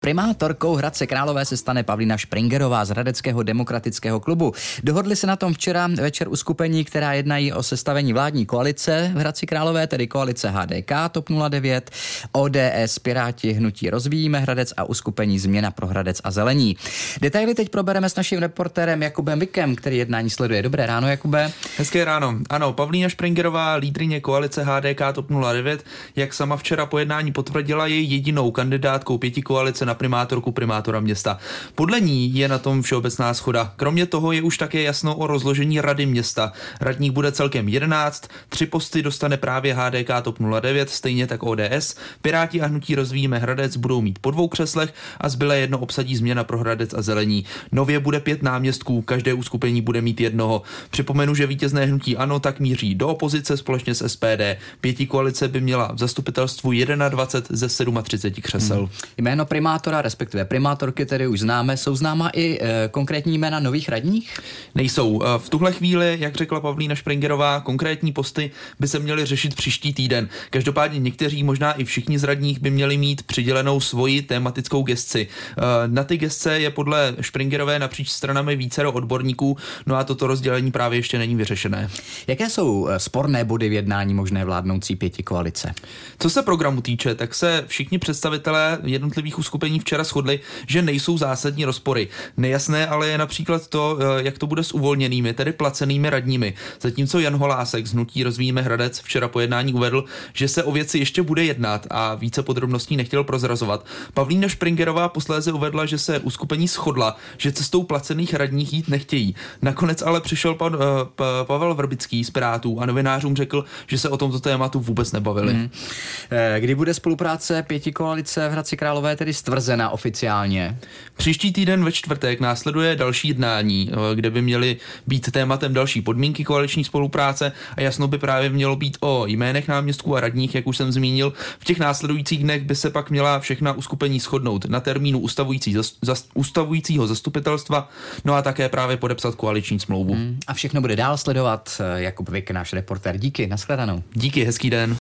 Primátorkou Hradce Králové se stane Pavlína Špringerová z Hradeckého demokratického klubu. Dohodli se na tom včera večer uskupení, která jednají o sestavení vládní koalice v Hradci Králové, tedy koalice HDK, TOP 09, ODS, Piráti, Hnutí Rozvíjíme Hradec a uskupení Změna pro Hradec a Zelení. Detaily teď probereme s naším reportérem Jakubem Vikem, který jednání sleduje. Dobré ráno, Jakube. Hezké ráno. Ano, Pavlína Špringerová, lídryně koalice HDK TOP 09, jak sama včera po jednání potvrdila, je jedinou kandidátkou pětikoalice na primátora města. Podle ní je na tom všeobecná shoda. Kromě toho je už také jasno o rozložení rady města. Radních bude celkem 11, 3 posty dostane právě HDK TOP 09, stejně tak ODS. Piráti a Hnutí Rozvíjíme Hradec budou mít po 2 křeslech a zbylé jedno obsadí Změna pro Hradec a Zelení. Nově bude 5 náměstků, každé uskupení bude mít jednoho. Připomenu, že vítězné hnutí ANO tak míří do opozice společně s SPD. Pětikoalice by měla v zastupitelstvu 21 ze 37 křesel. Jméno primátora, respektive primátorky, tedy už známe, jsou známa i konkrétní jména nových radních? Nejsou. V tuhle chvíli, jak řekla Pavlína Špringerová, konkrétní posty by se měly řešit příští týden. Každopádně někteří, možná i všichni z radních by měli mít přidělenou svoji tematickou gesci. Na ty gesce je podle Špringerové napříč stranami vícero odborníků, no a toto rozdělení právě ještě není vyřešené. Jaké jsou sporné body v jednání možné vládnoucí pětikoalice? Co se programu týče, tak se všichni představitelé jednotlivých uskupení včera shodli, že nejsou zásadní rozpory. Nejasné ale je například to, jak to bude s uvolněnými, tedy placenými radními. Zatímco Jan Holásek z Hnutí Rozvíjíme Hradec včera po jednání uvedl, že se o věci ještě bude jednat a více podrobností nechtěl prozrazovat. Pavlína Špringerová posléze uvedla, že se uskupení shodla, že cestou placených radních jít nechtějí. Nakonec ale přišel pan Pavel Vrbický z Pirátů a novinářům řekl, že se o tomto tématu vůbec nebavili. Kdy bude spolupráce pětikoalice v Hradci Králové tedy stvrzena oficiálně? Příští týden ve čtvrtek následuje další jednání, kde by měly být tématem další podmínky koaliční spolupráce a jasno by právě mělo být o jménech náměstků a radních, jak už jsem zmínil. V těch následujících dnech by se pak měla všechna uskupení shodnout na termínu ustavujícího zastupitelstva, no a také právě podepsat koaliční smlouvu. A všechno bude dál sledovat Jakub Vik, náš reportér. Díky, nashledanou. Díky, hezký den.